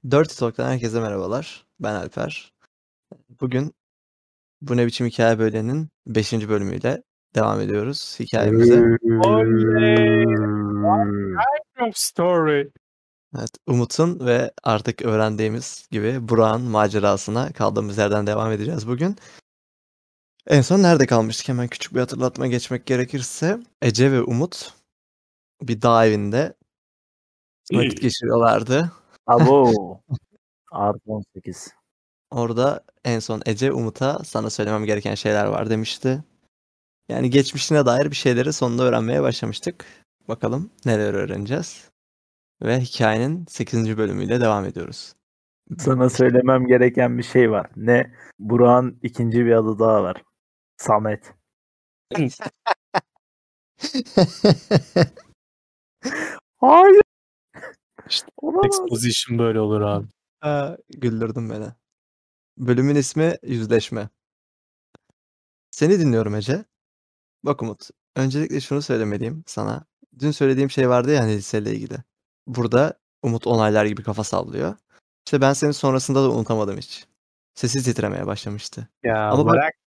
Dirty Talk'tan herkese merhabalar. Ben Alper. Bugün Bu Ne Biçim Hikaye Böyle'nin 5. bölümüyle devam ediyoruz hikayemize. Oley! Kind of story. Evet, Umut'un ve artık öğrendiğimiz gibi Burak'ın macerasına kaldığımız yerden devam edeceğiz bugün. En son nerede kalmıştık? Hemen küçük bir hatırlatma geçmek gerekirse Ece ve Umut bir dağ evinde vakit geçiriyorlardı. Abo. Artı 18. Orada en son Ece Umut'a sana söylemem gereken şeyler var demişti. Yani geçmişine dair bir şeyleri sonunda öğrenmeye başlamıştık. Bakalım neler öğreneceğiz. Ve hikayenin 8. bölümüyle devam ediyoruz. Sana söylemem gereken bir şey var. Ne? Burak'ın ikinci bir adı daha var. Samet. Hayır. İşte Olamaz. exposition böyle olur abi. Güldürdün beni. Bölümün ismi Yüzleşme. Seni dinliyorum Ece. Bak Umut, öncelikle şunu söylemeliyim sana. Dün söylediğim şey vardı ya hani liseyle ilgili. Burada Umut onaylar gibi kafa sallıyor. İşte ben senin sonrasında da unutamadım hiç. Sesi titremeye başlamıştı. Ya Ama bak bırak.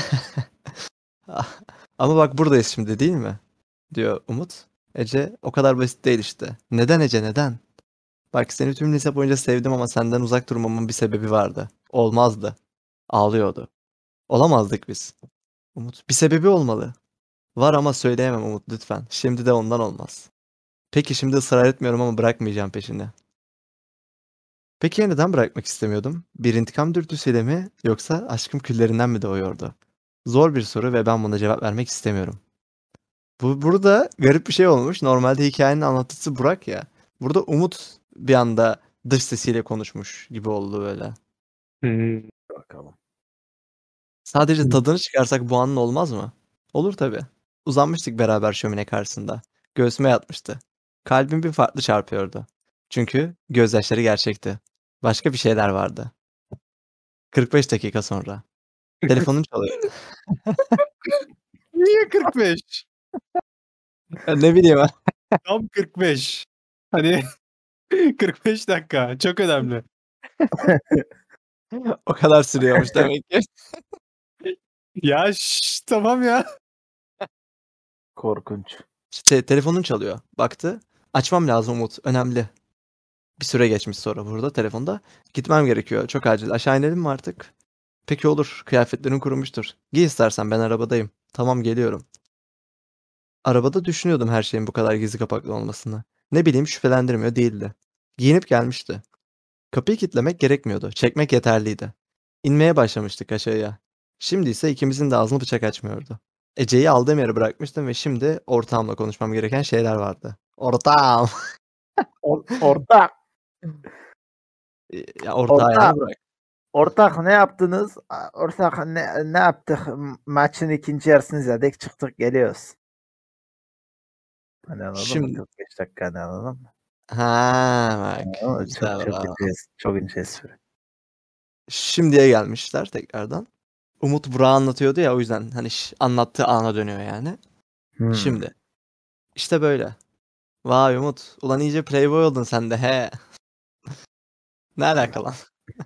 ama bak buradayız şimdi değil mi? Diyor Umut. Ece o kadar basit değil işte. Neden Ece neden? Bak seni tüm lise boyunca sevdim ama senden uzak durmamın bir sebebi vardı. Olmazdı. Ağlıyordu. Olamazdık biz. Umut bir sebebi olmalı. Var ama söyleyemem Umut lütfen. Şimdi de ondan olmaz. Peki şimdi ısrar etmiyorum ama bırakmayacağım peşini. Peki ya neden bırakmak istemiyordum? Bir intikam dürtüsüyle mi yoksa aşkım küllerinden mi doğuyordu? Zor bir soru ve ben buna cevap vermek istemiyorum. Burada garip bir şey olmuş. Normalde hikayenin anlatıcısı Burak ya. Burada Umut bir anda dış sesiyle konuşmuş gibi oldu böyle. Bakalım. Sadece tadını çıkarsak bu anın olmaz mı? Olur tabii. Uzanmıştık beraber şömine karşısında. Göğsüme yatmıştı. Kalbim bir farklı çarpıyordu. Çünkü gözyaşları gerçekti. Başka bir şeyler vardı. 45 dakika sonra. Telefonun çalıyor. Niye 45? Ne bileyim ha. Tam 45. Hani 45 dakika. Çok önemli. O kadar sürüyormuş demek ki. Ya tamam ya. Korkunç. Telefonun çalıyor. Baktı. Açmam lazım Umut. Önemli. Bir süre geçmiş sonra burada telefonda. Gitmem gerekiyor. Çok acil. Aşağı inelim mi artık? Peki olur. Kıyafetlerin kurumuştur. Giy istersen ben arabadayım. Tamam geliyorum. Arabada düşünüyordum her şeyin bu kadar gizli kapaklı olmasını. Ne bileyim şüphelendirmiyor değildi. Giyinip gelmişti. Kapıyı kilitlemek gerekmiyordu. Çekmek yeterliydi. İnmeye başlamıştık aşağıya. Şimdi ise ikimizin de ağzını bıçak açmıyordu. Ece'yi aldığım yere bırakmıştım ve şimdi ortağımla konuşmam gereken şeyler vardı. Ortağım. Ortak. Ya ortağı yani Ortak. bırak. Ortak ne yaptınız? Ortak ne yaptık? Maçın ikinci yarısını izledik. Çıktık geliyoruz. Hani anladın mı? Şimdi 45 dakika hani anladın mı? bak Çok güzel çok bravo. çok ince espri. Şimdiye gelmişler tekrardan. Umut Burak'a anlatıyordu ya o yüzden hani anlattığı ana dönüyor yani. Şimdi işte böyle. Vay Umut. Ulan iyice playboy oldun sen de he. Ne alaka lan?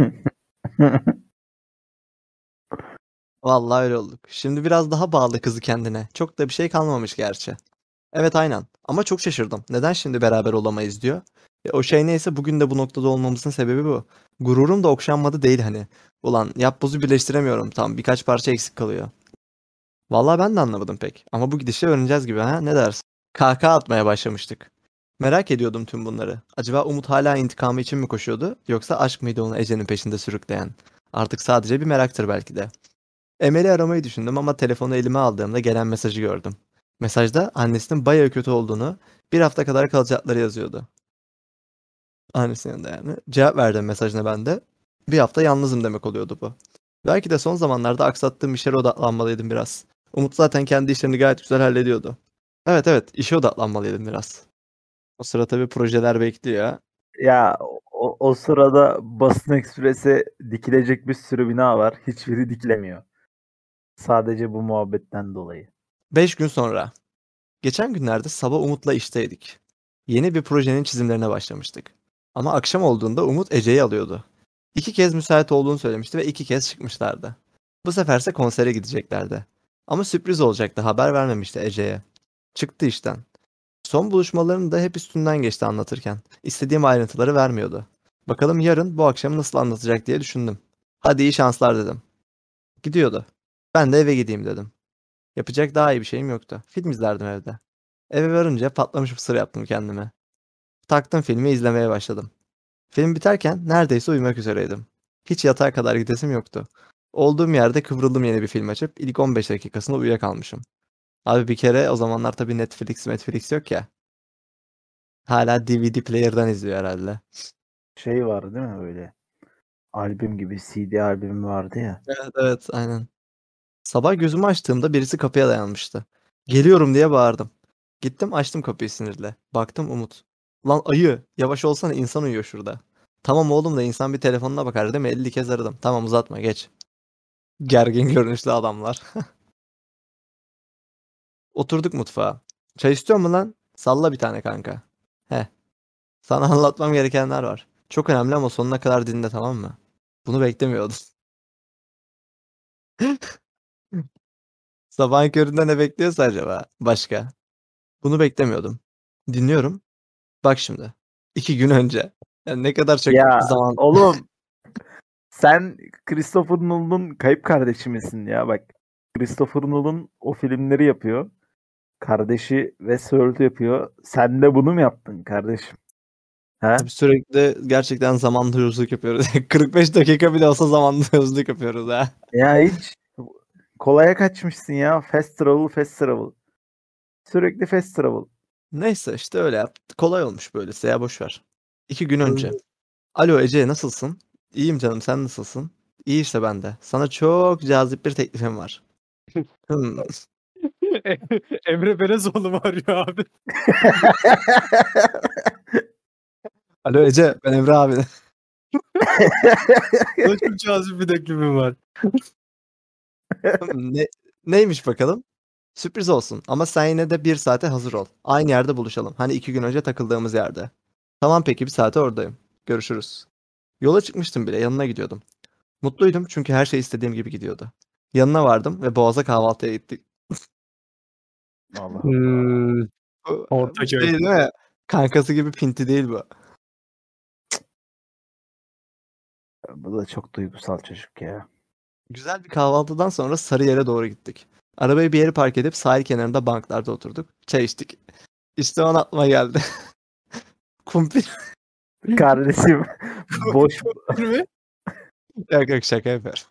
Vallahi öyle olduk. Şimdi biraz daha bağlı kızı kendine. Çok da bir şey kalmamış gerçi. Evet aynen. Ama çok şaşırdım. Neden şimdi beraber olamayız diyor. O şey neyse bugün de bu noktada olmamızın sebebi bu. Gururum da okşanmadı değil hani. Ulan yapbozu birleştiremiyorum tam. Birkaç parça eksik kalıyor. Vallahi ben de anlamadım pek. Ama bu gidişle öğreneceğiz gibi ha. Ne dersin? Kahkaha atmaya başlamıştık. Merak ediyordum tüm bunları. Acaba Umut hala intikamı için mi koşuyordu? Yoksa aşk mıydı onu Ece'nin peşinde sürükleyen? Artık sadece bir meraktır belki de. Emel'i aramayı düşündüm ama telefonu elime aldığımda gelen mesajı gördüm. Mesajda annesinin bayağı kötü olduğunu, bir hafta kadar kalacakları yazıyordu. Annesinin de yani. Cevap verdim mesajına ben de. Bir hafta yalnızım demek oluyordu bu. Belki de son zamanlarda aksattığım işlere odaklanmalıydım biraz. Umut zaten kendi işlerini gayet güzel hallediyordu. Evet evet işe odaklanmalıydım biraz. O sıra tabii projeler bekliyor. Ya o sırada Basın Ekspres'e dikilecek bir sürü bina var. Hiçbiri dikilemiyor. Sadece bu muhabbetten dolayı. 5 gün sonra. Geçen günlerde sabah Umut'la işteydik. Yeni bir projenin çizimlerine başlamıştık. Ama akşam olduğunda Umut Ece'yi alıyordu. 2 kez müsait olduğunu söylemişti ve 2 kez çıkmışlardı. Bu seferse konsere gideceklerdi. Ama sürpriz olacaktı, haber vermemişti Ece'ye. Çıktı işten. Son buluşmalarını da hep üstünden geçti anlatırken. İstediğim ayrıntıları vermiyordu. Bakalım yarın bu akşamı nasıl anlatacak diye düşündüm. Hadi iyi şanslar dedim. Gidiyordu. Ben de eve gideyim dedim. Yapacak daha iyi bir şeyim yoktu. Film izlerdim evde. Eve varınca patlamış mısır yaptım kendime. Taktım filmi izlemeye başladım. Film biterken neredeyse uyumak üzereydim. Hiç yatağa kadar gidesim yoktu. Olduğum yerde kıvrıldım yeni bir film açıp ilk 15 dakikasında uyuyakalmışım. Abi bir kere o zamanlar tabii Netflix yok ya. Hala DVD player'dan izliyor herhalde. Şey var değil mi böyle? Albüm gibi CD albümü vardı ya. Evet aynen. Sabah gözümü açtığımda birisi kapıya dayanmıştı. Geliyorum diye bağırdım. Gittim açtım kapıyı sinirle. Baktım Umut. Lan ayı yavaş olsana, insan uyuyor şurada. Tamam oğlum da insan bir telefonuna bakar değil mi? 50 kez aradım. Tamam uzatma geç. Gergin görünüşlü adamlar. Oturduk mutfağa. Çay istiyor mu lan? Salla bir tane kanka. He. Sana anlatmam gerekenler var. Çok önemli ama sonuna kadar dinle, tamam mı? Bunu beklemiyordum. Sabahın köründe ne bekliyorsa acaba? Başka. Bunu beklemiyordum. Dinliyorum. Bak şimdi. 2 gün önce. Yani ne kadar çok Ya zaman. oğlum sen Christopher Nolan'ın kayıp kardeşi misin ya? Bak Christopher Nolan o filmleri yapıyor. Kardeşi Westworld yapıyor. Sen de bunu mu yaptın kardeşim? He? Abi sürekli gerçekten zamanlı yolculuk yapıyoruz. 45 dakika bile olsa zamanlı yolculuk yapıyoruz ha. Ya hiç kolaya kaçmışsın ya. Fast travel, fast travel. Sürekli fast travel. Neyse işte öyle yap. Kolay olmuş böylesi ya, boş ver. 2 gün önce. Alo Ece, nasılsın? İyiyim canım, sen nasılsın? İyi işte ben de. Sana çok cazip bir teklifim var. Hmm. Emre Belezoğlu mu arıyor abi? Alo Ece, ben Emre abi. Sana çok cazip bir teklifim var. Neymiş bakalım? Sürpriz olsun ama sen yine de 1 saate hazır ol. Aynı yerde buluşalım. Hani 2 gün önce takıldığımız yerde. Tamam peki, 1 saate oradayım. Görüşürüz. Yola çıkmıştım bile, yanına gidiyordum. Mutluydum çünkü her şey istediğim gibi gidiyordu. Yanına vardım ve Boğaz'a kahvaltıya gittik. Allah Allah. Hmm, Bu Ortaköy. şey değil mi? Kankası gibi pinti değil bu. Bu da çok duygusal çocuk ya. Güzel bir kahvaltıdan sonra Sarıyer'e doğru gittik. Arabayı bir yere park edip sahil kenarında banklarda oturduk. Çay içtik. İşte o an aklıma geldi. Kumpir. Kardeşim boş mi? Yok şaka yapıyorum.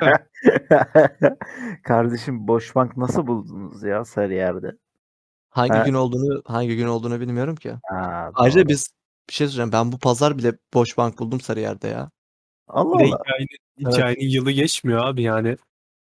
kardeşim boş bank nasıl buldunuz ya Sarıyer'de? Hangi Ha? gün olduğunu bilmiyorum ki. Ha, Ayrıca doğru. bir şey söyleyeceğim. Ben bu pazar bile boş bank buldum Sarıyer'de ya. Allah Bir de Allah. hikayenin yılı geçmiyor abi yani.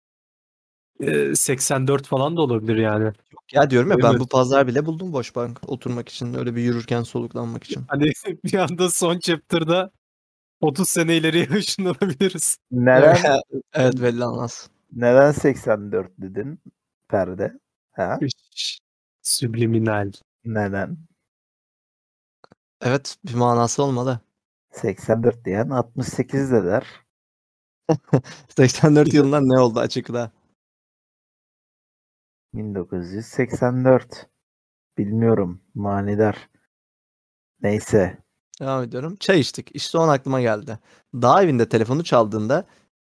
84 falan da olabilir yani. Yok ya, diyorum ya, Değil ben mi? bu pazar bile buldum boş bank. Oturmak için, öyle bir yürürken soluklanmak için. Hani bir anda son chapter'da 30 sene ileriye ışınlanabiliriz. Neden Evet belli olmaz. neden 84 dedin Perde? Ha? Subliminal. Neden? Evet, bir manası olmalı. 84 diyen 68 de der. 84 yılından ne oldu açıkla. 1984. Bilmiyorum. Manidar. Neyse. Devam ediyorum. Çay içtik. İşte o an aklıma geldi. Dağ evinde telefonu çaldığında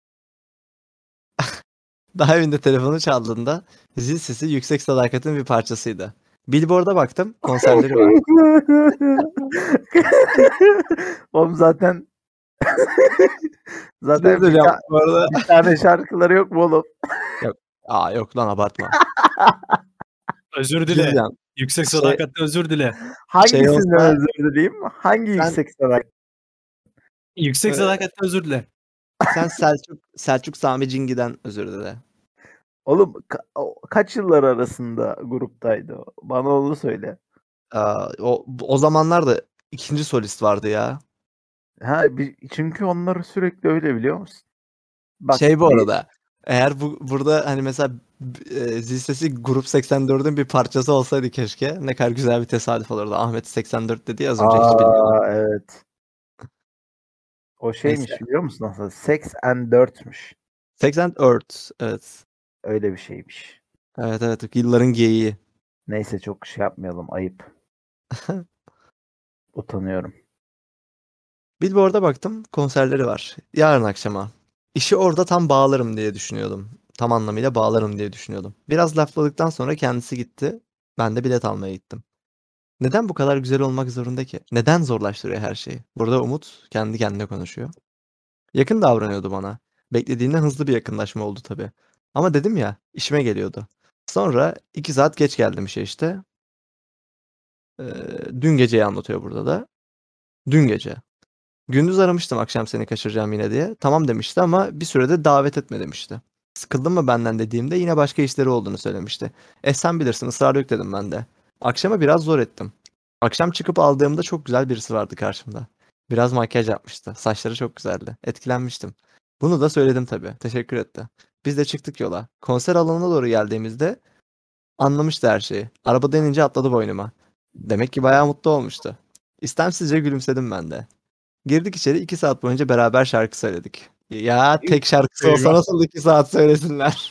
zil sesi Yüksek Sadakat'in bir parçasıydı. Billboard'a baktım. Konserleri var. Oğlum zaten Ne söyleyeceğim bu arada? bir tane şarkıları yok mu oğlum? Yok lan, abartma. Özür Bir şey dile. diyeceğim. Yüksek Şey- sadakatle özür dile. Hangisinden olsa- özür dileyim? Hangi Sen- yüksek sadakat? Yüksek Evet. sadakatle özür dile. Sen Selçuk Sami Cingi'den özür dile. Oğlum kaç yıllar arasında gruptaydı o? Bana onu söyle. O zamanlar da ikinci solist vardı ya. Çünkü onları sürekli öyle biliyor musun? Bak, Bu arada, eğer burada hani mesela zil sesi Grup 84'ün bir parçası olsaydı keşke, ne kadar güzel bir tesadüf olurdu. Ahmet 84 dedi ya az önce, hiç bilmiyorum. Evet. O şeymiş Neyse. biliyor musun aslında? Sex and Dirt'müş. Sex and Earth. Evet. Öyle bir şeymiş. Evet evet. Yılların geyiği. Neyse çok şey yapmayalım. Ayıp. Utanıyorum. Billboard'a baktım. Konserleri var. Yarın akşama. İşi orada tam bağlarım diye düşünüyordum. Tam anlamıyla bağlarım diye düşünüyordum. Biraz lafladıktan sonra kendisi gitti. Ben de bilet almaya gittim. Neden bu kadar güzel olmak zorunda ki? Neden zorlaştırıyor her şeyi? Burada Umut kendi kendine konuşuyor. Yakın davranıyordu bana. Beklediğinden hızlı bir yakınlaşma oldu tabii. Ama dedim ya, işime geliyordu. Sonra 2 saat geç geldim işe işte. Dün geceyi anlatıyor burada da. Dün gece. Gündüz aramıştım akşam seni kaçıracağım yine diye. Tamam demişti ama bir sürede davet etme demişti. Sıkıldın mı benden dediğimde yine başka işleri olduğunu söylemişti. Sen bilirsin, ısrar yok dedim ben de. Akşama biraz zor ettim. Akşam çıkıp aldığımda çok güzel birisi vardı karşımda. Biraz makyaj yapmıştı. Saçları çok güzeldi. Etkilenmiştim. Bunu da söyledim tabii. Teşekkür etti. Biz de çıktık yola. Konser alanına doğru geldiğimizde anlamıştı her şeyi. Arabadan inince atladı boynuma. Demek ki bayağı mutlu olmuştu. İstemsizce gülümsedim ben de. Girdik içeri, 2 saat boyunca beraber şarkı söyledik. Ya tek şarkısı olsa Eyvah. nasıl 2 saat söylesinler?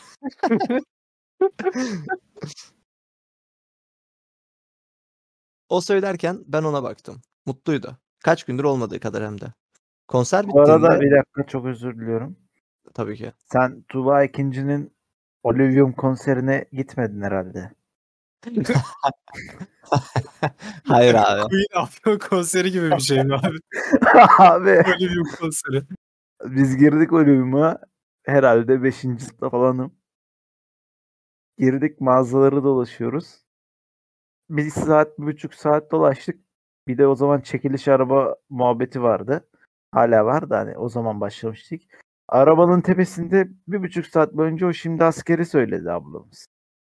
O söylerken ben ona baktım. Mutluydu. Kaç gündür olmadığı kadar hem de. Konser Bu arada bittiğinde bir dakika çok özür diliyorum. tabii ki. Sen Tuğba ikincinin Olivium konserine gitmedin herhalde. Hayır abi. Queen Afyon konseri gibi bir şey mi abi? Abi Olivium konseri. biz girdik Olivium'a herhalde 5. sınıfta falanım. Girdik mağazaları dolaşıyoruz. 1 saat, 1,5 saat dolaştık. Bir de o zaman çekiliş araba muhabbeti vardı. Hala var da hani o zaman başlamıştık. Arabanın tepesinde 1,5 saat boyunca o şimdi askeri söyledi ablamız.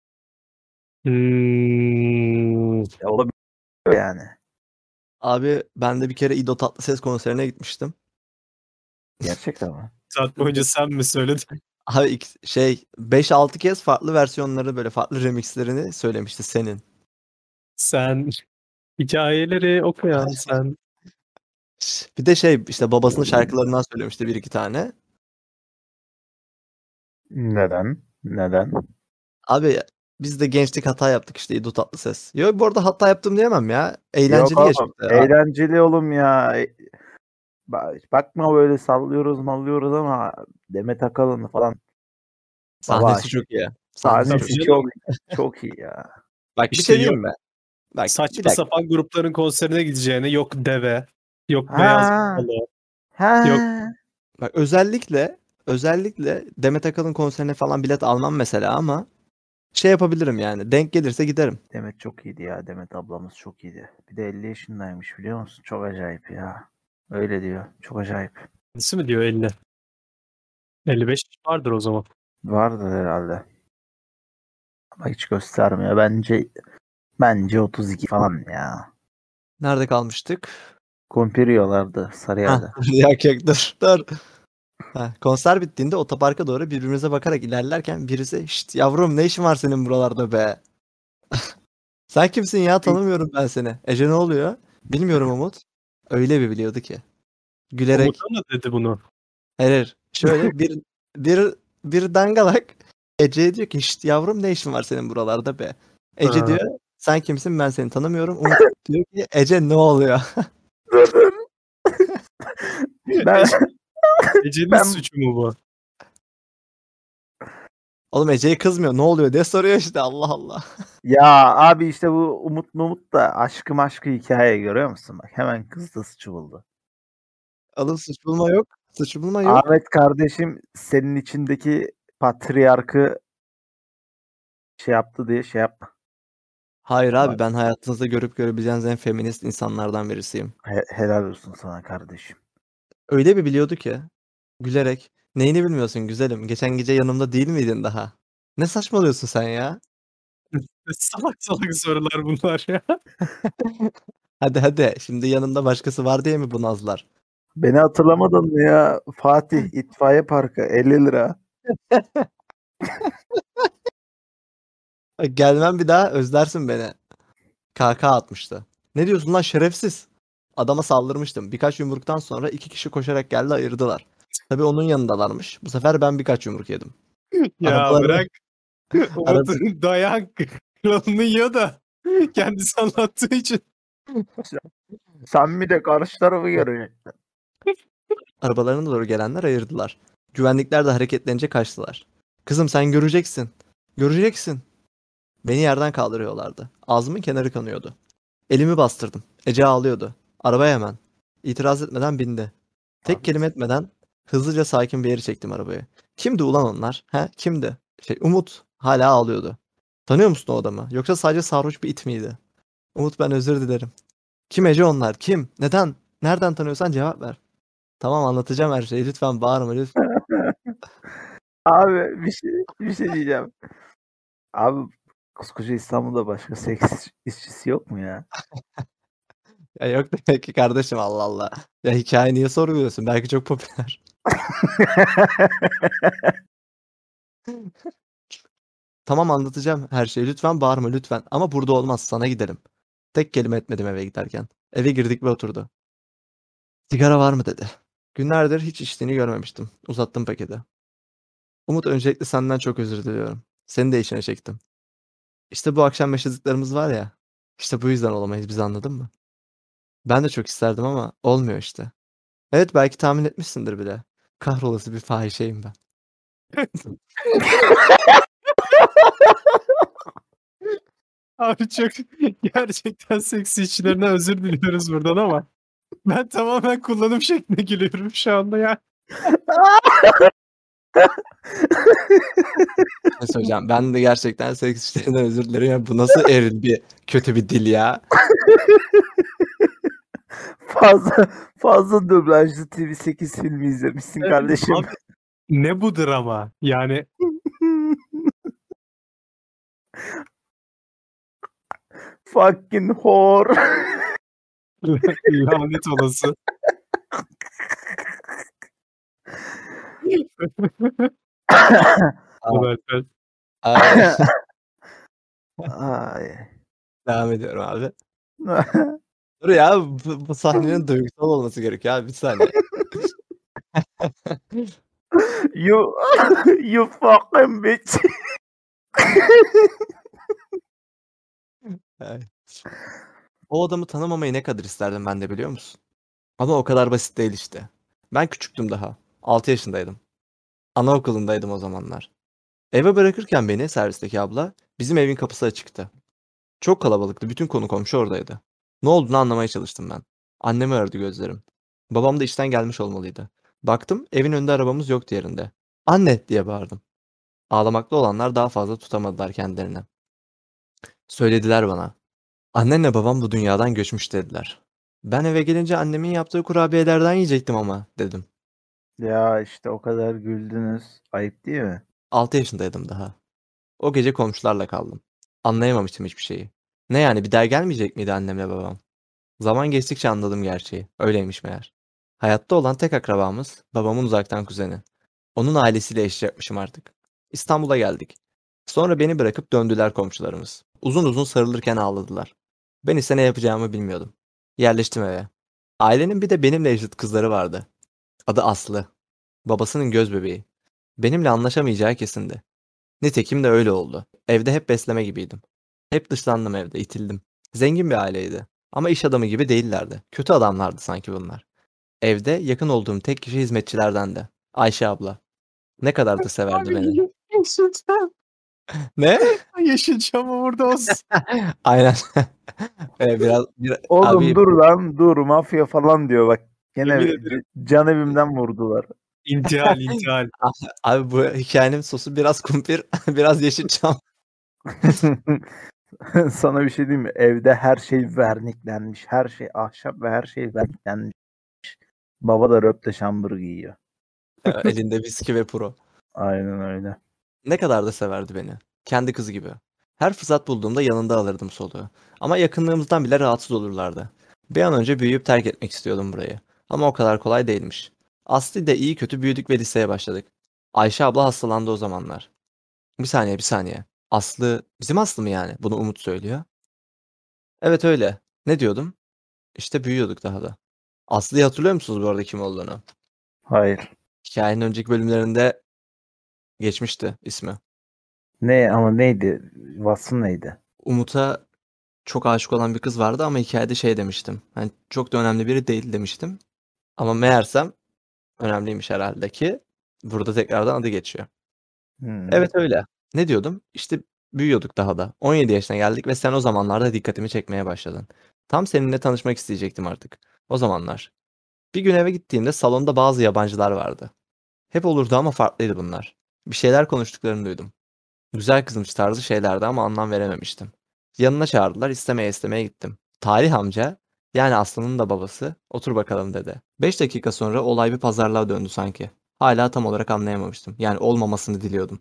Ya olabiliyor yani. Abi ben de bir kere İdo Tatlıses konserine gitmiştim. Gerçekten mi? Saat boyunca sen mi söyledin? Abi 5-6 kez farklı versiyonları böyle farklı remixlerini söylemişti senin. Sen hikayeleri okuyan sen. Bir de işte babasının şarkılarından söylemişti 1-2 tane. Neden? Neden? Abi biz de gençlik hata yaptık işte İdo Tatlıses. Yok bu arada hata yaptım diyemem ya. Yok Eğlenceli oğlum. geçti. Eğlenceli oğlum ya. Bakma böyle sallıyoruz mallıyoruz ama Demet Akalın falan. Baba Sahnesi çok iyi. Sahnesi çok sahnesi iyi. canım. çok iyi ya. Bak bir İşte şey diyeyim yok mi? Bak bir saçma dakika. sapan grupların konserine gideceğine yok deve, yok beyaz Ha, yakalı, yok ha. Bak özellikle Demet Akalın konserine falan bilet almam mesela ama şey yapabilirim yani. Denk gelirse giderim. Demet çok iyiydi ya. Demet ablamız çok iyiydi. Bir de 50 yaşındaymış biliyor musun? Çok acayip ya. Öyle diyor. Çok acayip. kendisi mi diyor 50? 55 vardır o zaman. Vardır herhalde. Ama hiç göstermiyor. Bence 32 falan ya. Nerede kalmıştık? Kumpiriyorlardı Hah. Sarıyer'de. Ya kek dur. Ha, konser bittiğinde otoparka doğru birbirimize bakarak ilerlerken birisi "Şşt yavrum ne işin var senin buralarda be?" Sen kimsin ya, tanımıyorum ben seni. Ece ne oluyor? Bilmiyorum Umut. Öyle bir biliyordu ki. Gülerek Umut'a mı dedi bunu? hayır. Şöyle bir bir dangalak Ece'ye diyor ki "Şşt yavrum ne işin var senin buralarda be?" Ece Ha. diyor sen kimsin, ben seni tanımıyorum. Umut diyor ki Ece ne oluyor? Ben, Ece'nin ben suçu mu bu? Oğlum Ece'ye kızmıyor ne oluyor diye soruyor işte, Allah Allah. ya abi işte bu Umut da aşkı hikaye görüyor musun? Bak hemen kızdı suçu buldu. Oğlum suç bulma yok. Suç bulma yok. Ahmet kardeşim senin içindeki patriarkı şey yaptı diye şey yapma. Hayır abi, Bak, ben hayatınızda görüp görebileceğiniz en feminist insanlardan birisiyim. helal olsun sana kardeşim. Öyle bir biliyordu ki gülerek neyini bilmiyorsun güzelim, geçen gece yanımda değil miydin daha? Ne saçmalıyorsun sen ya? Salak salak sorular bunlar ya. Hadi şimdi yanında başkası var diye mi bu nazlar? Beni hatırlamadın mı ya? Fatih itfaiye parkı 50 lira. Gelmem bir daha, özlersin beni. KK atmıştı. Ne diyorsun lan şerefsiz? Adama saldırmıştım. Birkaç yumruktan sonra 2 kişi koşarak geldi ayırdılar. Tabii onun yanındalarmış. Bu sefer ben birkaç yumruk yedim. Ya Arabaları- bırak. Umut Araba- dayan kralını yiyor da kendisi anlattığı için. Sen bir de karşı tarafı göreceksin. Arabalarına doğru gelenler ayırdılar. Güvenlikler de hareketlenince kaçtılar. Kızım sen göreceksin. Göreceksin. Beni yerden kaldırıyorlardı. Ağzımın kenarı kanıyordu. Elimi bastırdım. Ece ağlıyordu. Arabaya hemen. İtiraz etmeden bindi. Tek Abi, kelime etmeden hızlıca sakin bir yere çektim arabayı. Kimdi ulan onlar? He? Kimdi? Umut. Hala ağlıyordu. Tanıyor musun o adamı? Yoksa sadece sarhoş bir it miydi? Umut ben özür dilerim. Kim Ece onlar? Kim? Neden? Nereden tanıyorsan cevap ver. Tamam anlatacağım her şeyi. Lütfen bağırma lütfen. Abi bir şey diyeceğim. Abi koskoca İstanbul'da başka seks işçisi yok mu ya? Ya yok demek ki kardeşim Allah Allah. Ya hikaye niye sorguluyorsun? Belki çok popüler. Tamam anlatacağım her şeyi. Lütfen bağırma lütfen. Ama burada olmaz. Sana gidelim. Tek kelime etmedim eve giderken. Eve girdik ve oturdu. Sigara var mı dedi. Günlerdir hiç içtiğini görmemiştim. Uzattım paketi. Umut öncelikle senden çok özür diliyorum. Seni de içine çektim. İşte bu akşam yaşadıklarımız var ya. İşte bu yüzden olamayız biz anladın mı? Ben de çok isterdim ama olmuyor işte. Evet belki tahmin etmişsindir bile. Kahrolası bir fahişeyim ben. Abi çok gerçekten seksi içlerinden özür diliyoruz buradan ama ben tamamen kullanım şekline gülüyorum şu anda ya. Ne söyleyeceğim? Ben de gerçekten seks işlerinden özür dilerim. Ya bu nasıl eril bir kötü bir dil ya. Fazla dublajlı TV8 filmi izlemişsin Evet, kardeşim. abi, ne bu drama? Yani Fucking whore. lanet olası. Evet, evet. Ay, Ay. devam ediyorum abi. Dur ya bu sahnenin duygusal olması gerekiyor abi bir saniye. you you fucking bitch. Ay. O adamı tanımamayı ne kadar isterdim ben de biliyor musun? Ama o kadar basit değil işte. Ben küçüktüm daha. 6 yaşındaydım. Anaokulundaydım o zamanlar. Eve bırakırken beni servisteki abla bizim evin kapısı açıktı. Çok kalabalıktı. Bütün konu komşu oradaydı. Ne olduğunu anlamaya çalıştım ben. Annemi aradı gözlerim. Babam da işten gelmiş olmalıydı. Baktım evin önünde arabamız yoktu yerinde. Anne diye bağırdım. Ağlamakta olanlar daha fazla tutamadılar kendilerini. Söylediler bana. Annenle babam bu dünyadan göçmüş dediler. Ben eve gelince annemin yaptığı kurabiyelerden yiyecektim ama dedim. Ya işte o kadar güldünüz. Ayıp değil mi? 6 yaşındaydım daha. O gece komşularla kaldım. Anlayamamıştım hiçbir şeyi. Ne yani bir daha gelmeyecek miydi annemle babam? Zaman geçtikçe anladım gerçeği. Öyleymiş meğer. Hayatta olan tek akrabamız babamın uzaktan kuzeni. Onun ailesiyle eş yapmışım artık. İstanbul'a geldik. Sonra beni bırakıp döndüler komşularımız. Uzun uzun sarılırken ağladılar. Ben ise ne yapacağımı bilmiyordum. Yerleştim eve. Ailenin bir de benimle eşit kızları vardı. Adı Aslı. Babasının göz bebeği. Benimle anlaşamayacağı kesindi. Nitekim de öyle oldu. Evde hep besleme gibiydim. Hep dışlandım evde, itildim. Zengin bir aileydi. Ama iş adamı gibi değillerdi. Kötü adamlardı sanki bunlar. Evde yakın olduğum tek kişi hizmetçilerdendi. Ayşe abla. Ne kadar da severdi beni. Abi Yeşilçam. Ne? Yeşilçam burada olsun. Aynen. Biraz, Oğlum abi dur lan dur mafya falan diyor bak. Gene Yemin ederim. can evimden vurdular. İntihal, intihal. abi bu hikayenin sosu biraz kumpir, biraz Yeşilçam. Sana bir şey diyeyim mi? Evde her şey verniklenmiş. Her şey ahşap ve her şey verniklenmiş. Baba da röpte şambır giyiyor. Elinde viski ve puro. Aynen öyle. Ne kadar da severdi beni. Kendi kızı gibi. Her fırsat bulduğumda yanında alırdım soluğu. Ama yakınlığımızdan bile rahatsız olurlardı. Bir an önce büyüyüp terk etmek istiyordum burayı. Ama o kadar kolay değilmiş. Aslı ile iyi kötü büyüdük ve liseye başladık. Ayşe abla hastalandı o zamanlar. Bir saniye. Aslı, bizim Aslı mı yani? Bunu Umut söylüyor. Evet öyle. Ne diyordum? İşte büyüyorduk daha da. Aslı'yı hatırlıyor musunuz bu arada kim olduğunu? Hayır. Hikayenin önceki bölümlerinde geçmişti ismi. Ne ama neydi? Vasfı neydi? Umut'a çok aşık olan bir kız vardı ama hikayede şey demiştim. Hani çok da önemli biri değil demiştim. Ama meğersem önemliymiş herhalde ki burada tekrardan adı geçiyor. Evet öyle. Ne diyordum? İşte büyüyorduk daha da. 17 yaşına geldik ve sen o zamanlarda dikkatimi çekmeye başladın. Tam seninle tanışmak isteyecektim artık. O zamanlar. Bir gün eve gittiğimde salonda bazı yabancılar vardı. Hep olurdu ama farklıydı bunlar. Bir şeyler konuştuklarını duydum. Güzel kızmış tarzı şeylerdi ama anlam verememiştim. Yanına çağırdılar, istemeye gittim. Talih amca, yani Aslı'nın da babası, otur bakalım dedi. 5 dakika sonra olay bir pazarlığa döndü sanki. Hala tam olarak anlayamamıştım. Yani olmamasını diliyordum.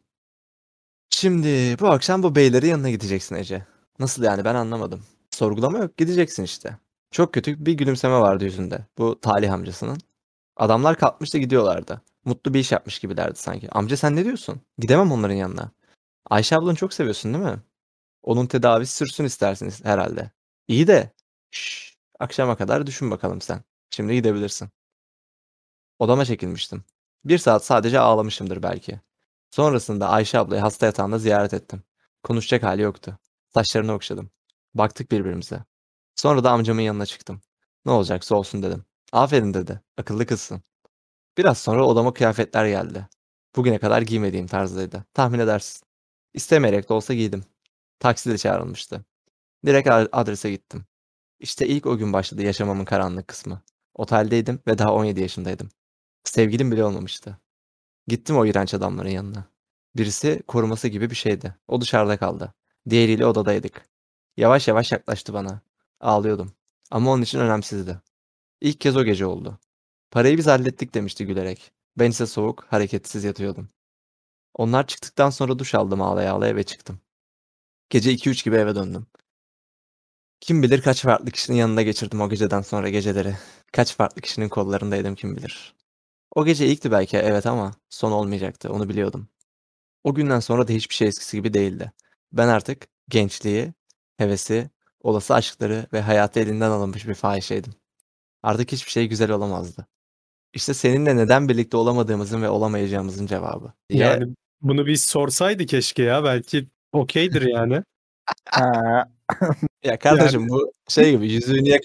Şimdi bu akşam bu beylerin yanına gideceksin Ece. Nasıl yani ben anlamadım. Sorgulama yok, gideceksin işte. Çok kötü bir gülümseme vardı yüzünde. Bu Talih amcasının. Adamlar kalkmıştı gidiyorlardı. Mutlu bir iş yapmış gibilerdi sanki. Amca sen ne diyorsun? Gidemem onların yanına. Ayşe ablanı çok seviyorsun değil mi? Onun tedavisi sürsün istersiniz herhalde. İyi de akşama kadar düşün bakalım sen. Şimdi gidebilirsin. Odama çekilmiştim. 1 saat sadece ağlamışımdır belki. Sonrasında Ayşe ablayı hasta yatağında ziyaret ettim. Konuşacak hali yoktu. Saçlarını okşadım. Baktık birbirimize. Sonra da amcamın yanına çıktım. Ne olacaksa olsun dedim. Aferin dedi. Akıllı kızsın. Biraz sonra odama kıyafetler geldi. Bugüne kadar giymediğim tarzdaydı. Tahmin edersin. İstemeyerek de olsa giydim. Taksi de çağrılmıştı. Direkt adrese gittim. İşte ilk o gün başladı yaşamamın karanlık kısmı. Oteldeydim ve daha 17 yaşındaydım. Sevgilim bile olmamıştı. Gittim o iğrenç adamların yanına. Birisi koruması gibi bir şeydi. O dışarıda kaldı. Diğeriyle odadaydık. Yavaş yavaş yaklaştı bana. Ağlıyordum. Ama onun için önemsizdi. İlk kez o gece oldu. Parayı biz hallettik demişti gülerek. Ben ise soğuk, hareketsiz yatıyordum. Onlar çıktıktan sonra duş aldım ağlaya ağlaya ve çıktım. Gece 2-3 gibi eve döndüm. Kim bilir kaç farklı kişinin yanında geçirdim o geceden sonra geceleri. Kaç farklı kişinin kollarındaydım kim bilir. O gece ilkti belki evet ama son olmayacaktı onu biliyordum. O günden sonra da hiçbir şey eskisi gibi değildi. Ben artık gençliği, hevesi, olası aşkları ve hayatı elinden alınmış bir fahişeydim. Artık hiçbir şey güzel olamazdı. İşte seninle neden birlikte olamadığımızın ve olamayacağımızın cevabı diye. Yani bunu bir sorsaydı keşke ya. Belki okeydir yani. Ha. Ya kardeşim bu şey gibi yüzüğü niye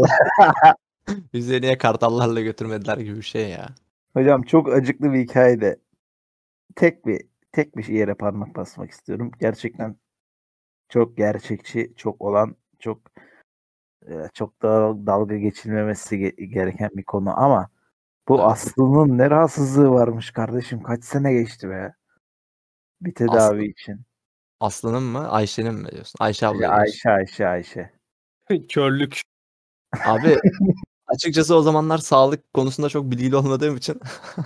yüzüğü niye kartallarla götürmediler gibi bir şey ya. Hocam çok acıklı bir hikayede tek bir yere parmak basmak istiyorum. Gerçekten çok gerçekçi, çok olan, çok da dalga geçilmemesi gereken bir konu ama bu Evet. Aslı'nın ne rahatsızlığı varmış kardeşim. Kaç sene geçti be bir tedavi için. Aslı'nın mı Ayşe'nin mi diyorsun? Ayşe abla diyorsun. Ayşe. Körlük. Abi açıkçası o zamanlar sağlık konusunda çok bilgili olmadığım için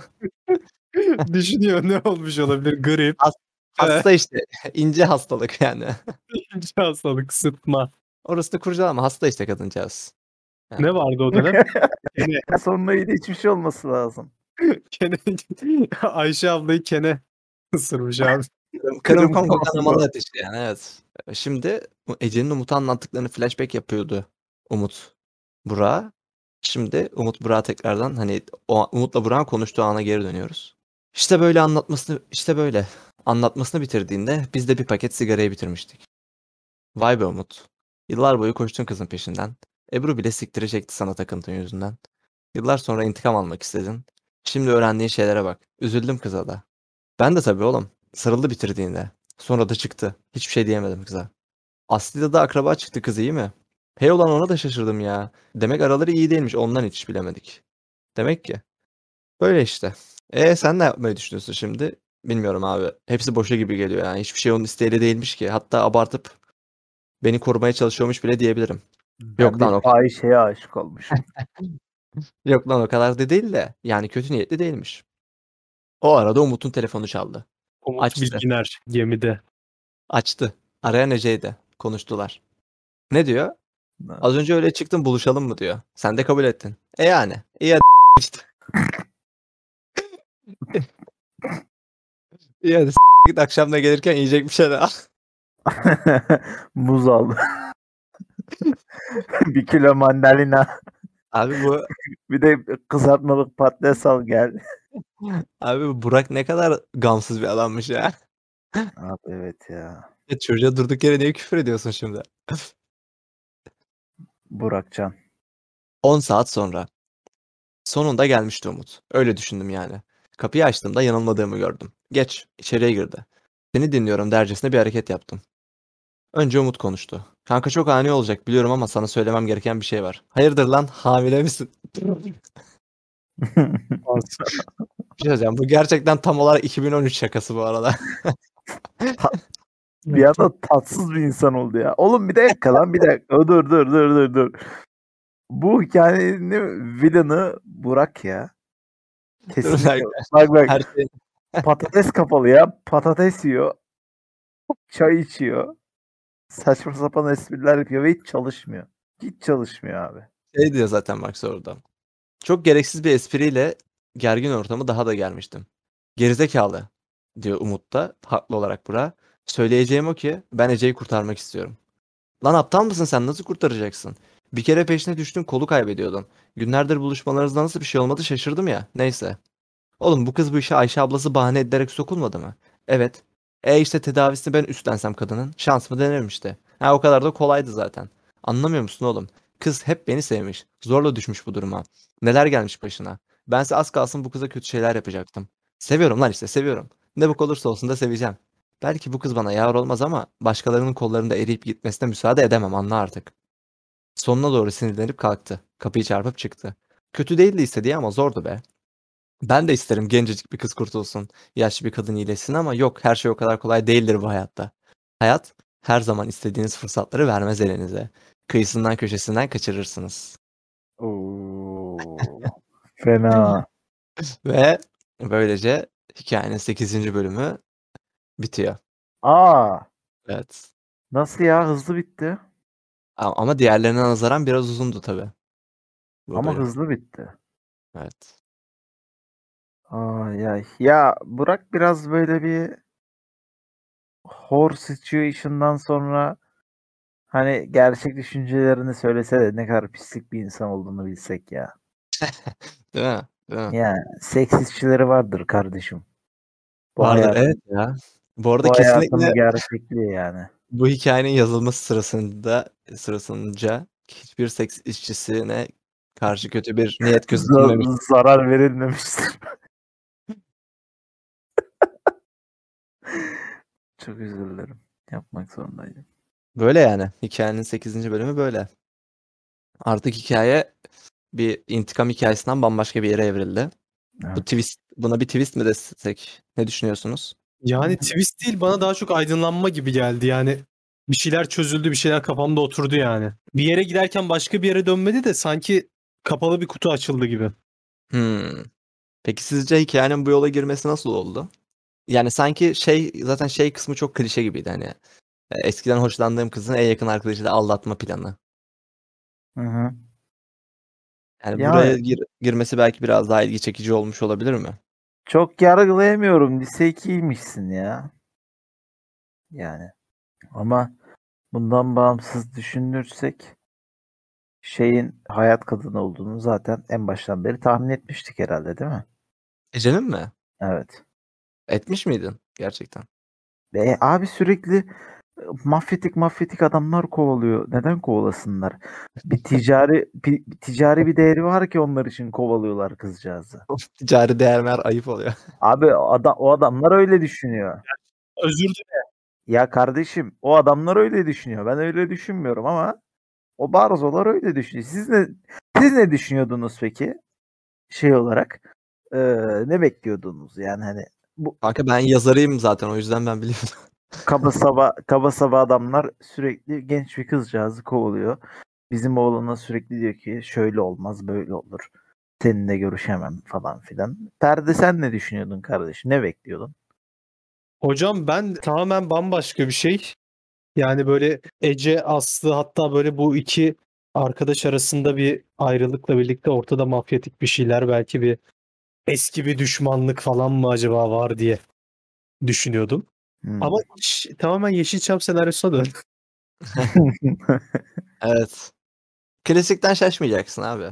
Düşünüyor ne olmuş olabilir? Grip. hasta işte ince hastalık yani. İkinci hastalık, sıtma. Orası da kurcalama hasta işte kadıncağız. Yani. Ne vardı o dönem? Kene. Sonra iyi de hiçbir şey olması lazım. Kene. Ayşe ablayı kene ısırmış abi. Kırım Kongo Kongo. kanamalı ateşi yani evet. Şimdi Ece'nin Umut'a anlattıklarını flashback yapıyordu Umut Burak'a. Şimdi Umut Burak'a tekrardan hani Umut'la Burak'ın konuştuğu ana geri dönüyoruz. İşte böyle anlatmasını bitirdiğinde biz de bir paket sigarayı bitirmiştik. Vay be Umut. Yıllar boyu koştun kızın peşinden. Ebru bile siktiri çekti sana takıntın yüzünden. Yıllar sonra intikam almak istedin. Şimdi öğrendiğin şeylere bak. Üzüldüm kıza da. Ben de tabii oğlum. Sarıldı bitirdiğinde. Sonra da çıktı. Hiçbir şey diyemedim kıza. Aslı'yla da akraba çıktı kız iyi mi? Hey olan ona da şaşırdım ya. Demek araları iyi değilmiş ondan hiç bilemedik. Demek ki. Böyle işte. Sen ne yapmayı düşünüyorsun şimdi? Bilmiyorum abi. Hepsi boşa gibi geliyor yani. Hiçbir şey onun isteğiyle değilmiş ki. Hatta abartıp beni korumaya çalışıyormuş bile diyebilirim. Ben Yok lan bir o fahişeye aşık olmuşum. Yok lan o kadar da değil de. Yani kötü niyetli değilmiş. O arada Umut'un telefonu çaldı. Umut Açtı. Bilginer gemide. Açtı. Arayan Ece'ydi. Konuştular. Ne diyor? Az önce öyle çıktın buluşalım mı diyor. Sen de kabul ettin. Yani. İyi hadi işte. İyi hadi git akşam da gelirken yiyecek bir şeyler al. Muz aldı. Bir kilo mandalina. Abi bu Bir de kızartmalık patates al gel. abi bu Burak ne kadar gamsız bir adammış ya. Abi evet ya. Çocuğa durduk yere niye küfür ediyorsun şimdi? Burakcan. 10 saat sonra. Sonunda gelmişti Umut. Öyle düşündüm yani. Kapıyı açtığımda yanılmadığımı gördüm. Geç, içeriye girdi. Seni dinliyorum dercesine bir hareket yaptım. Önce Umut konuştu. Kanka çok ani olacak biliyorum ama sana söylemem gereken bir şey var. Hayırdır lan, hamile misin? Bir şey söyleyeceğim. Bu gerçekten tam olarak 2013 şakası bu arada. Bir anda tatsız bir insan oldu ya. Oğlum bir dakika lan bir dakika. Dur. Bu hikayenin villainı Burak ya. Dur bir Kesinlikle. dakika. Bak Her şey patates kapalı ya. Patates yiyor. Çay içiyor. Saçma sapan espriler yapıyor ve hiç çalışmıyor. Hiç çalışmıyor abi. şey diyor zaten Max orada. Çok gereksiz bir espriyle gergin ortamı daha da germiştim. Gerizekalı diyor Umut da haklı olarak Burak'a. Söyleyeceğim o ki ben Ece'yi kurtarmak istiyorum. Lan aptal mısın sen, nasıl kurtaracaksın? Bir kere peşine düştün, kolu kaybediyordun. Günlerdir buluşmalarınızda nasıl bir şey olmadı şaşırdım ya. Neyse. Oğlum bu kız bu işe Ayşe ablası bahane ederek sokulmadı mı? Evet. İşte tedavisini ben üstlensem kadının. Şans mı denerim işte. Ha o kadar da kolaydı zaten. Anlamıyor musun oğlum? Kız hep beni sevmiş. Zorla düşmüş bu duruma. Neler gelmiş başına. Bense az kalsın bu kıza kötü şeyler yapacaktım. Seviyorum lan işte seviyorum. Ne bok olursa olsun da seveceğim. Belki bu kız bana yar olmaz ama başkalarının kollarında eriyip gitmesine müsaade edemem, anla artık. Sonuna doğru sinirlenip kalktı. Kapıyı çarpıp çıktı. Kötü değildi istediği ama zordu be. Ben de isterim gencecik bir kız kurtulsun. Yaşlı bir kadın iyileşsin ama yok, her şey o kadar kolay değildir bu hayatta. Hayat her zaman istediğiniz fırsatları vermez elinize. Kıyısından köşesinden kaçırırsınız. Oo, fena. Ve böylece hikayenin 8. bölümü bitiyor. Aa, Evet. nasıl ya? Hızlı bitti. Ama diğerlerine nazaran biraz uzundu tabii bu Ama bölüm. hızlı bitti. Evet. Ay ay. Ya Burak biraz böyle bir horror situation'dan sonra hani gerçek düşüncelerini söylese de ne kadar pislik bir insan olduğunu bilsek ya. Değil mi? Değil mi? Yani seks işçileri vardır kardeşim. Bu Vardır evet hayatın ya. Bu arada bu hayatın kesinlikle gerçekliği yani. bu hikayenin yazılması sırasınca hiçbir seks işçisine karşı kötü bir niyet gözetilmemiş. Zarar verilmemiştir. Çok özür dilerim. Yapmak zorundaydım. Böyle yani. Hikayenin 8. bölümü böyle. Artık hikaye bir intikam hikayesinden bambaşka bir yere evrildi. Evet. Buna bir twist mi desek? Ne düşünüyorsunuz? Yani twist değil, bana daha çok aydınlanma gibi geldi. Yani bir şeyler çözüldü, bir şeyler kafamda oturdu yani. Bir yere giderken başka bir yere dönmedi de sanki kapalı bir kutu açıldı gibi. Peki sizce hikayenin bu yola girmesi nasıl oldu? Yani sanki zaten kısmı çok klişe gibiydi hani. Eskiden hoşlandığım kızın en yakın arkadaşıyla aldatma planı. Hı hı. Yani Yani buraya girmesi belki biraz daha ilgi çekici olmuş olabilir mi? çok yargılayamıyorum. Lise 2'ymişsin ya. Yani. Ama bundan bağımsız düşünürsek şeyin hayat kadını olduğunu zaten en baştan beri tahmin etmiştik herhalde değil mi? Ece'nin mi? Evet. Etmiş miydin gerçekten? Ve abi sürekli mafyatik adamlar kovalıyor. Neden kovalasınlar? Bir ticari bir değeri var ki onlar için kovalıyorlar kızcağızı. Ticari değer meğer ayıp oluyor. Abi o adamlar öyle düşünüyor. Özür dilerim. Ya kardeşim o adamlar öyle düşünüyor. Ben öyle düşünmüyorum ama o barzolar öyle düşünüyor. Siz ne düşünüyordunuz peki? Şey olarak ne bekliyordunuz? Yani hani bu Kanka ben yazarıyım zaten, o yüzden ben biliyorum. kaba saba adamlar sürekli genç bir kızcağızı kovalıyor. Bizim oğluna sürekli diyor ki şöyle olmaz böyle olur. Seninle görüşemem falan filan. Perde sen ne düşünüyordun kardeşim? Ne bekliyordun? Hocam ben tamamen bambaşka bir şey. Yani böyle Ece, Aslı, hatta böyle bu iki arkadaş arasında bir ayrılıkla birlikte ortada mafyatik bir şeyler, belki bir eski bir düşmanlık falan mı acaba var diye düşünüyordum. Hmm. Ama tamamen Yeşilçam senaryosuna döndü. Evet. Klasikten şaşmayacaksın abi.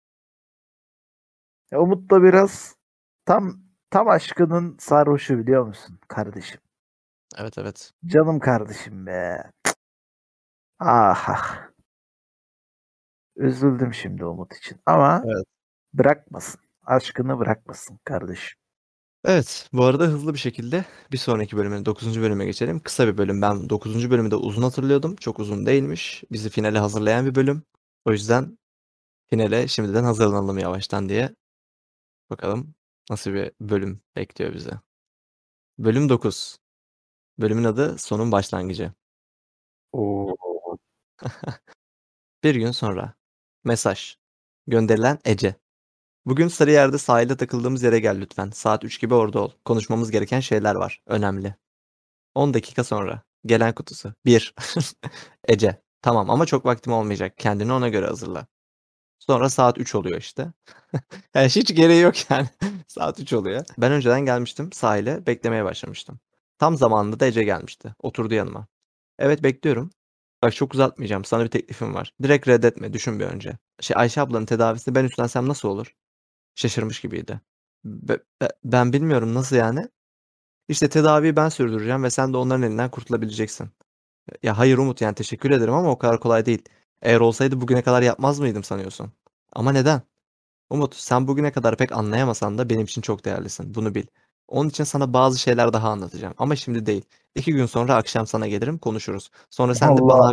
Umut da biraz tam aşkının sarhoşu biliyor musun kardeşim? Evet evet. Canım kardeşim be. Ah ah. Üzüldüm şimdi Umut için. Ama Evet. bırakmasın. Aşkını bırakmasın kardeşim. Evet. Bu arada hızlı bir şekilde bir sonraki bölüme, 9. bölüme geçelim. Kısa bir bölüm. Ben 9. bölümü de uzun hatırlıyordum. Çok uzun değilmiş. Bizi finale hazırlayan bir bölüm. O yüzden finale şimdiden hazırlanalım yavaştan diye. Bakalım nasıl bir bölüm bekliyor bizi. Bölüm 9. Bölümün adı Sonun Başlangıcı. Oo. Bir gün sonra. Mesaj. Gönderilen Ece. Bugün Sarıyer'de sahilde takıldığımız yere gel lütfen. Saat 3 gibi orada ol. Konuşmamız gereken şeyler var. Önemli. 10 dakika sonra. Gelen kutusu. 1. Ece. Tamam ama çok vaktim olmayacak. Kendini ona göre hazırla. Sonra saat 3 oluyor işte. Yani hiç gereği yok yani. Saat 3 oluyor. Ben önceden gelmiştim sahile. Beklemeye başlamıştım. Tam zamanında da Ece gelmişti. Oturdu yanıma. Evet bekliyorum. Bak çok uzatmayacağım. Sana bir teklifim var. Direkt reddetme. Düşün bir önce. Ayşe ablanın tedavisini ben üstlensem nasıl olur? Şaşırmış gibiydi. Ben bilmiyorum nasıl yani? İşte tedaviyi ben sürdüreceğim ve sen de onların elinden kurtulabileceksin. Ya hayır Umut yani teşekkür ederim ama o kadar kolay değil. Eğer olsaydı bugüne kadar yapmaz mıydım sanıyorsun? Ama neden? Umut sen bugüne kadar pek anlayamasan da benim için çok değerlisin. Bunu bil. Onun için sana bazı şeyler daha anlatacağım. Ama şimdi değil. 2 gün sonra akşam sana gelirim konuşuruz. Sonra sen de Allah bana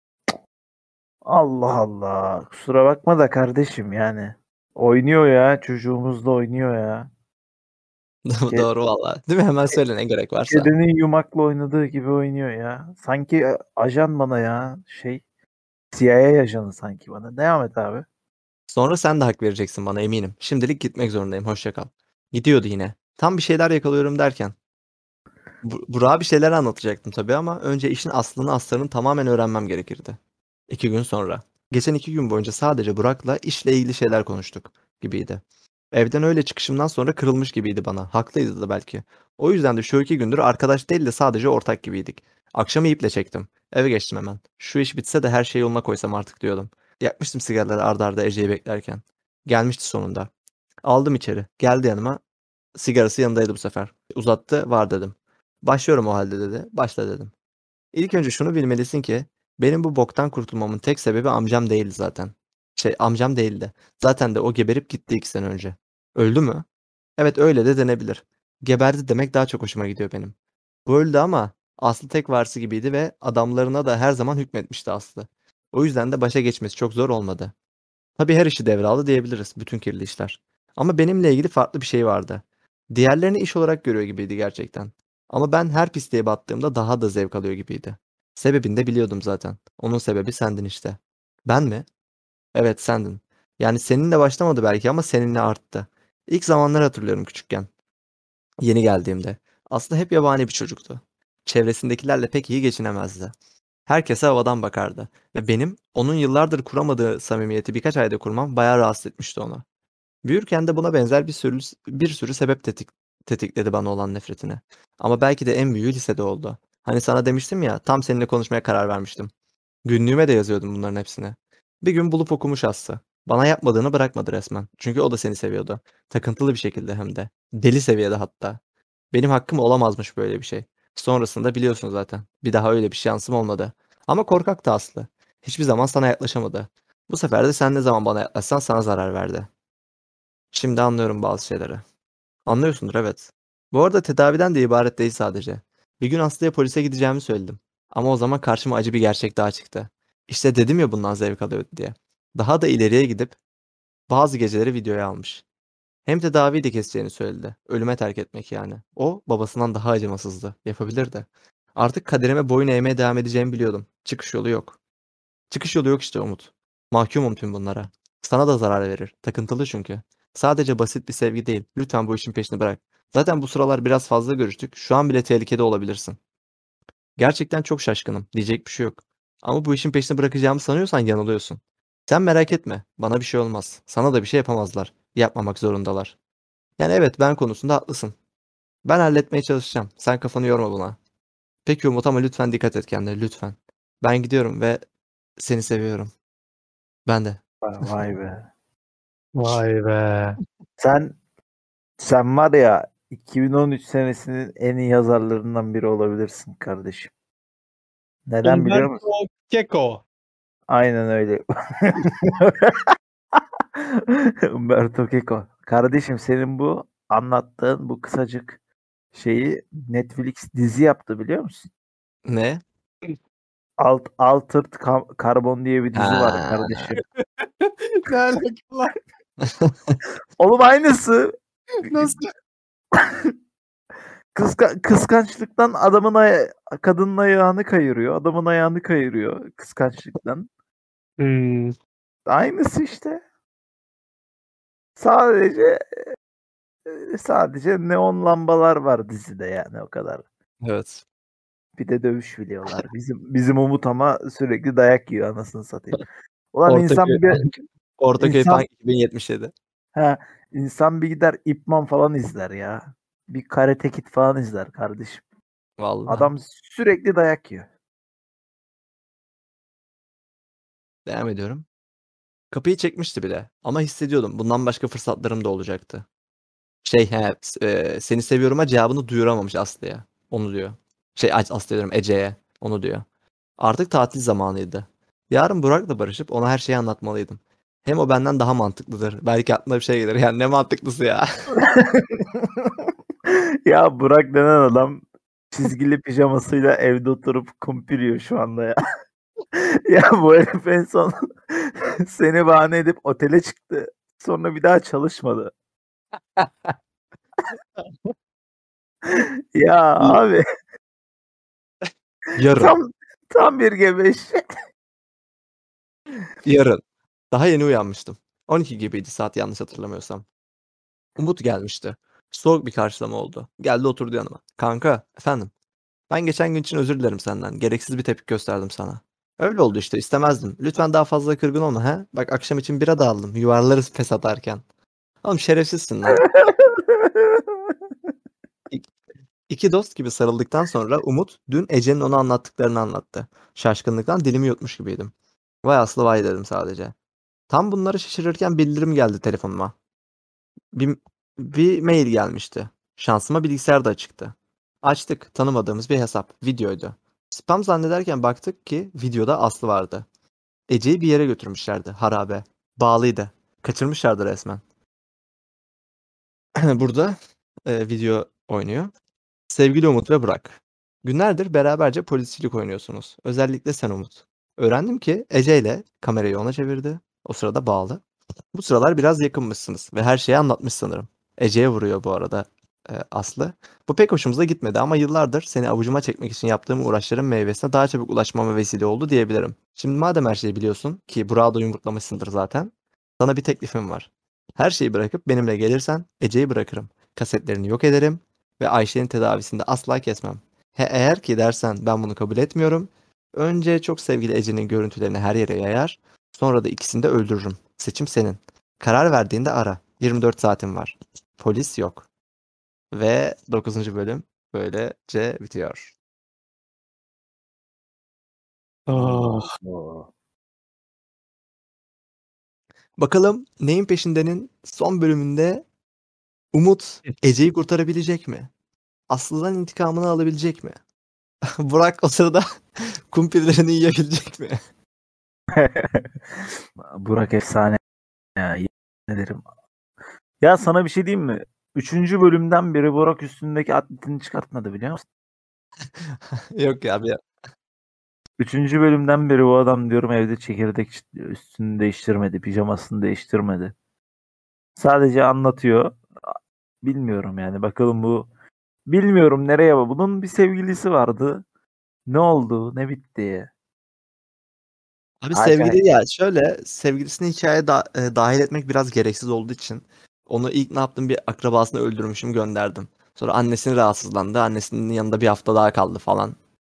Allah Allah. Kusura bakma da kardeşim yani. Oynuyor ya. Çocuğumuz da oynuyor ya. Ke- doğru valla. Değil mi? Hemen söyle ne gerek varsa. Kedinin yumakla oynadığı gibi oynuyor ya. Sanki ajan bana ya. CIA ajanı sanki bana. Devam et abi. Sonra sen de hak vereceksin bana eminim. Şimdilik gitmek zorundayım. Hoşça kal. Gidiyordu yine. Tam bir şeyler yakalıyorum derken. Burak'a bir şeyler anlatacaktım tabii ama önce işin aslını astarını tamamen öğrenmem gerekirdi. 2 gün sonra. Geçen 2 gün boyunca sadece Burak'la işle ilgili şeyler konuştuk gibiydi. Evden öyle çıkışımdan sonra kırılmış gibiydi bana. Haklıydı da belki. O yüzden de şu 2 gündür arkadaş değil de sadece ortak gibiydik. Akşamı iple çektim. Eve geçtim hemen. Şu iş bitse de her şeyi yoluna koysam artık diyordum. Yakmıştım sigaraları arda arda Ece'yi beklerken. Gelmişti sonunda. Aldım içeri. Geldi yanıma. Sigarası yanındaydı bu sefer. Uzattı, var dedim. Başlıyorum o halde dedi. Başla dedim. İlk önce şunu bilmelisin ki benim bu boktan kurtulmamın tek sebebi amcam değildi zaten. Amcam değildi. Zaten de o geberip gitti 2 sene önce. Öldü mü? Evet öyle de denebilir. Geberdi demek daha çok hoşuma gidiyor benim. Bu öldü ama Aslı tek varisi gibiydi ve adamlarına da her zaman hükmetmişti Aslı. O yüzden de başa geçmesi çok zor olmadı. Tabii her işi devraldı diyebiliriz. Bütün kirli işler. Ama benimle ilgili farklı bir şey vardı. Diğerlerini iş olarak görüyor gibiydi gerçekten. Ama ben her pisliğe battığımda daha da zevk alıyor gibiydi. Sebebini de biliyordum zaten. Onun sebebi sendin işte. Ben mi? Evet sendin. Yani seninle başlamadı belki ama seninle arttı. İlk zamanları hatırlıyorum küçükken. Yeni geldiğimde. Aslında hep yabani bir çocuktu. Çevresindekilerle pek iyi geçinemezdi. Herkese havadan bakardı. Ve benim onun yıllardır kuramadığı samimiyeti birkaç ayda kurmam bayağı rahatsız etmişti onu. Büyürken de buna benzer bir sürü sebep tetikledi bana olan nefretini. Ama belki de en büyüğü lisede oldu. Hani sana demiştim ya, tam seninle konuşmaya karar vermiştim. Günlüğüme de yazıyordum bunların hepsini. Bir gün bulup okumuş Aslı. Bana yapmadığını bırakmadı resmen. Çünkü o da seni seviyordu. Takıntılı bir şekilde hem de. Deli seviyede hatta. Benim hakkım olamazmış böyle bir şey. Sonrasında biliyorsun zaten. Bir daha öyle bir şansım olmadı. Ama korkaktı Aslı. Hiçbir zaman sana yaklaşamadı. Bu sefer de sen ne zaman bana yaklaşsan sana zarar verdi. Şimdi anlıyorum bazı şeyleri. Anlıyorsundur evet. Bu arada tedaviden de ibaret değil sadece. Bir gün Aslı'ya polise gideceğimi söyledim. Ama o zaman karşıma acı bir gerçek daha çıktı. İşte dedim ya bundan zevk alıyor diye. Daha da ileriye gidip bazı geceleri videoya almış. Hem tedaviyi de keseceğini söyledi. Ölüme terk etmek yani. O babasından daha acımasızdı. Yapabilirdi. Artık kaderime boyun eğmeye devam edeceğimi biliyordum. Çıkış yolu yok. Çıkış yolu yok işte Umut. Mahkumum tüm bunlara. Sana da zarar verir. Takıntılı çünkü. Sadece basit bir sevgi değil. Lütfen bu işin peşini bırak. Zaten bu sıralar biraz fazla görüştük. Şu an bile tehlikede olabilirsin. Gerçekten çok şaşkınım. Diyecek bir şey yok. Ama bu işin peşini bırakacağımı sanıyorsan yanılıyorsun. Sen merak etme. Bana bir şey olmaz. Sana da bir şey yapamazlar. Yapmamak zorundalar. Yani evet ben konusunda haklısın. Ben halletmeye çalışacağım. Sen kafanı yorma buna. Peki Umut ama lütfen dikkat et kendine lütfen. Ben gidiyorum ve Seni seviyorum. Ben de. Vay be. Vay be. Sen var ya 2013 senesinin en iyi yazarlarından biri olabilirsin kardeşim. Neden biliyor Umberto musun? Eco. Aynen öyle. Umberto Eco. Kardeşim senin bu anlattığın bu kısacık şeyi Netflix dizi yaptı biliyor musun? Ne? Altered Carbon diye bir dizi var Ha. kardeşim. Ne alaka lan? Oğlum aynısı. Nasıl? Kıskançlıktan kadının ayağını kayırıyor. Adamın ayağını kayırıyor kıskançlıktan. Hmm. Aynısı işte. Sadece sadece neon lambalar var dizide yani o kadar. Evet. Bir de dövüş biliyorlar. Bizim Umut ama sürekli dayak yiyor anasını satayım. Ulan Ortaköy, Ortaköy insan Punk 2077. ha insan bir gider İp Man falan izler ya. Bir Karate Kid falan izler kardeşim. Vallahi. Adam sürekli dayak yiyor. Devam ediyorum. Kapıyı çekmişti bile. Ama hissediyordum. Bundan başka fırsatlarım da olacaktı. Seni seviyorum'a cevabını duyuramamış Aslı'ya. Onu diyor. Aslı diyorum Ece'ye. Onu diyor. Artık tatil zamanıydı. Yarın Burak'la barışıp ona her şeyi anlatmalıydım. Hem o benden daha mantıklıdır. Belki aklına bir şey gelir. Yani ne mantıklısı ya. Ya Burak denen adam çizgili pijamasıyla evde oturup kumpir yiyor şu anda ya. Ya bu herif en son seni bahane edip otele çıktı. Sonra bir daha çalışmadı. Ya abi Yarın. tam bir gebeş. Yarın. Daha yeni uyanmıştım. 12 gibiydi saat yanlış hatırlamıyorsam. Umut gelmişti. Soğuk bir karşılama oldu. Geldi oturdu yanıma. Kanka, efendim. Ben geçen gün için özür dilerim senden. Gereksiz bir tepki gösterdim sana. Öyle oldu işte istemezdim. Lütfen daha fazla kırgın olma ha. Bak akşam için bira da aldım. Yuvarlarız pes atarken. Oğlum şerefsizsin lan. İ- İki dost gibi sarıldıktan sonra Umut dün Ece'nin ona anlattıklarını anlattı. Şaşkınlıktan dilimi yutmuş gibiydim. Vay Aslı vay dedim sadece. Tam bunları şaşırırken bildirim geldi telefonuma. Bir, bir mail gelmişti. Şansıma bilgisayar da açıktı. Açtık. Tanımadığımız bir hesap. Videoydu. Spam zannederken baktık ki videoda Aslı vardı. Ece'yi bir yere götürmüşlerdi. Harabe. Bağlıydı. Kaçırmışlardı resmen. Burada video oynuyor. Sevgili Umut ve Burak. Günlerdir beraberce polisçilik oynuyorsunuz. Özellikle sen Umut. Öğrendim ki Ece ile kamerayı ona çevirdi. O sırada bağlı. Bu sıralar biraz yakınmışsınız ve her şeyi anlatmış sanırım. Ece'ye vuruyor bu arada Aslı. Bu pek hoşumuza gitmedi ama yıllardır seni avucuma çekmek için yaptığım uğraşların meyvesine daha çabuk ulaşmama vesile oldu diyebilirim. Şimdi madem her şeyi biliyorsun ki Burak'ı da yumurtlamışsındır zaten. Sana bir teklifim var. Her şeyi bırakıp benimle gelirsen Ece'yi bırakırım. Kasetlerini yok ederim ve Ayşe'nin tedavisinde asla kesmem. Eğer ki dersen ben bunu kabul etmiyorum. Önce çok sevgili Ece'nin görüntülerini her yere yayar. Sonra da ikisini de öldürürüm. Seçim senin. Karar verdiğinde ara. 24 saatin var. Polis yok. Ve 9. bölüm böylece bitiyor. Ah. Oo. Bakalım neyin peşindenin son bölümünde Umut Ece'yi kurtarabilecek mi? Aslı'dan intikamını alabilecek mi? Burak o sırada kumpirlerini yiyebilecek mi? Burak efsane ya. Yemin ederim. Ya sana bir şey diyeyim mi? Üçüncü bölümden beri Burak üstündeki atletini çıkartmadı biliyor musun? Yok ya bir Üçüncü bölümden beri bu adam diyorum evde çekirdek çitliyor. Üstünü değiştirmedi. Pijamasını değiştirmedi. Sadece anlatıyor. Bilmiyorum yani. Bakalım bu. Bilmiyorum nereye var. Bunun bir sevgilisi vardı. Ne oldu? Ne bitti? Abi Acayip. sevgili ya şöyle sevgilisini hikayeye dahil etmek biraz gereksiz olduğu için onu ilk ne yaptım bir akrabasını öldürmüşüm gönderdim. Sonra annesini rahatsızlandı. Annesinin yanında bir hafta daha kaldı falan.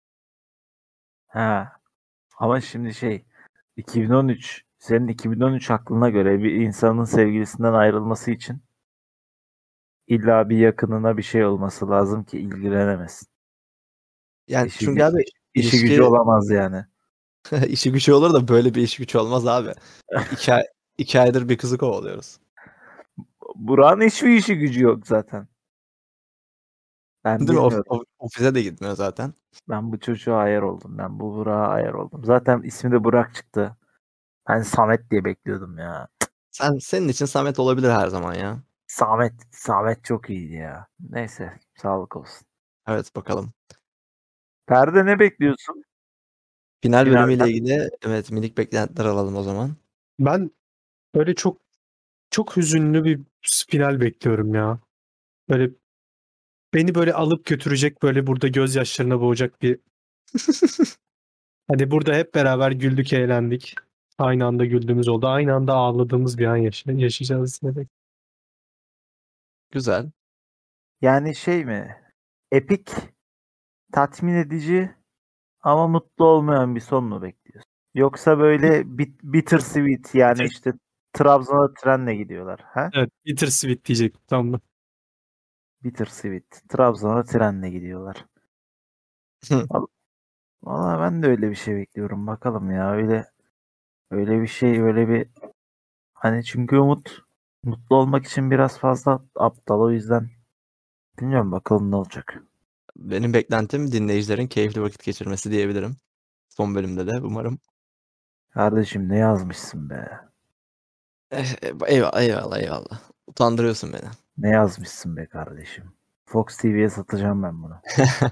Ha. Ama şimdi 2013 senin 2013 aklına göre bir insanın sevgilisinden ayrılması için illa bir yakınına bir şey olması lazım ki ilgilenemesin. Yani İşi, çünkü gü- abi işi gücü ilişki olamaz yani. İşi gücü olur da böyle bir işi gücü olmaz abi. 2 aydır bir kızı kovalıyoruz. Burak'ın hiçbir işi gücü yok zaten. Ben Değil mi? bilmiyorum. Ofise de gitmiyor zaten. Ben bu çocuğa ayar oldum. Ben bu Burak'a ayar oldum. Zaten ismi de Burak çıktı. Ben Samet diye bekliyordum ya. Senin için Samet olabilir her zaman ya. Samet çok iyiydi ya. Neyse, sağlık olsun. Evet bakalım. Perde ne bekliyorsun Final bölümüyle finalden? ilgili evet minik beklentiler alalım o zaman. Ben böyle çok çok hüzünlü bir final bekliyorum ya. Böyle beni böyle alıp götürecek, böyle burada gözyaşlarına boğacak bir, hani burada hep beraber güldük, eğlendik. Aynı anda güldüğümüz oldu. Aynı anda ağladığımız bir an yaşayacağız. Demek. Güzel. Yani şey mi? Epik, tatmin edici ama mutlu olmayan bir son mu bekliyorsun? Yoksa böyle bittersweet, yani işte Trabzon'a trenle gidiyorlar. Ha? Evet, bittersweet diyecektim tam da. Bittersweet. Trabzon'a trenle gidiyorlar. Hı. Valla ben de öyle bir şey bekliyorum. Bakalım ya, öyle bir şey, öyle bir, hani çünkü Umut mutlu olmak için biraz fazla aptal, o yüzden bilmiyorum, bakalım ne olacak. Benim beklentim dinleyicilerin keyifli vakit geçirmesi diyebilirim. Son bölümde de umarım. Kardeşim ne yazmışsın be? Eyvallah eyvallah eyvallah. Utandırıyorsun beni. Ne yazmışsın be kardeşim? Fox TV'ye satacağım ben bunu.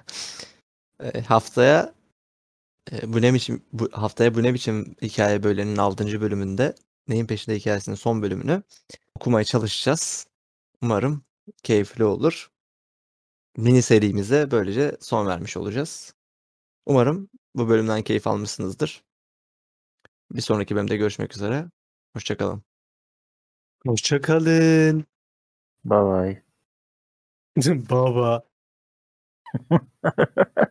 Haftaya bu ne biçim hikaye bölümünün 6. bölümünde Neyin Peşinde hikayesinin son bölümünü okumaya çalışacağız. Umarım keyifli olur. Mini serimize böylece son vermiş olacağız. Umarım bu bölümden keyif almışsınızdır. Bir sonraki bölümde görüşmek üzere. Hoşça kalın. Hoşça kalın. Bye bye. Baba.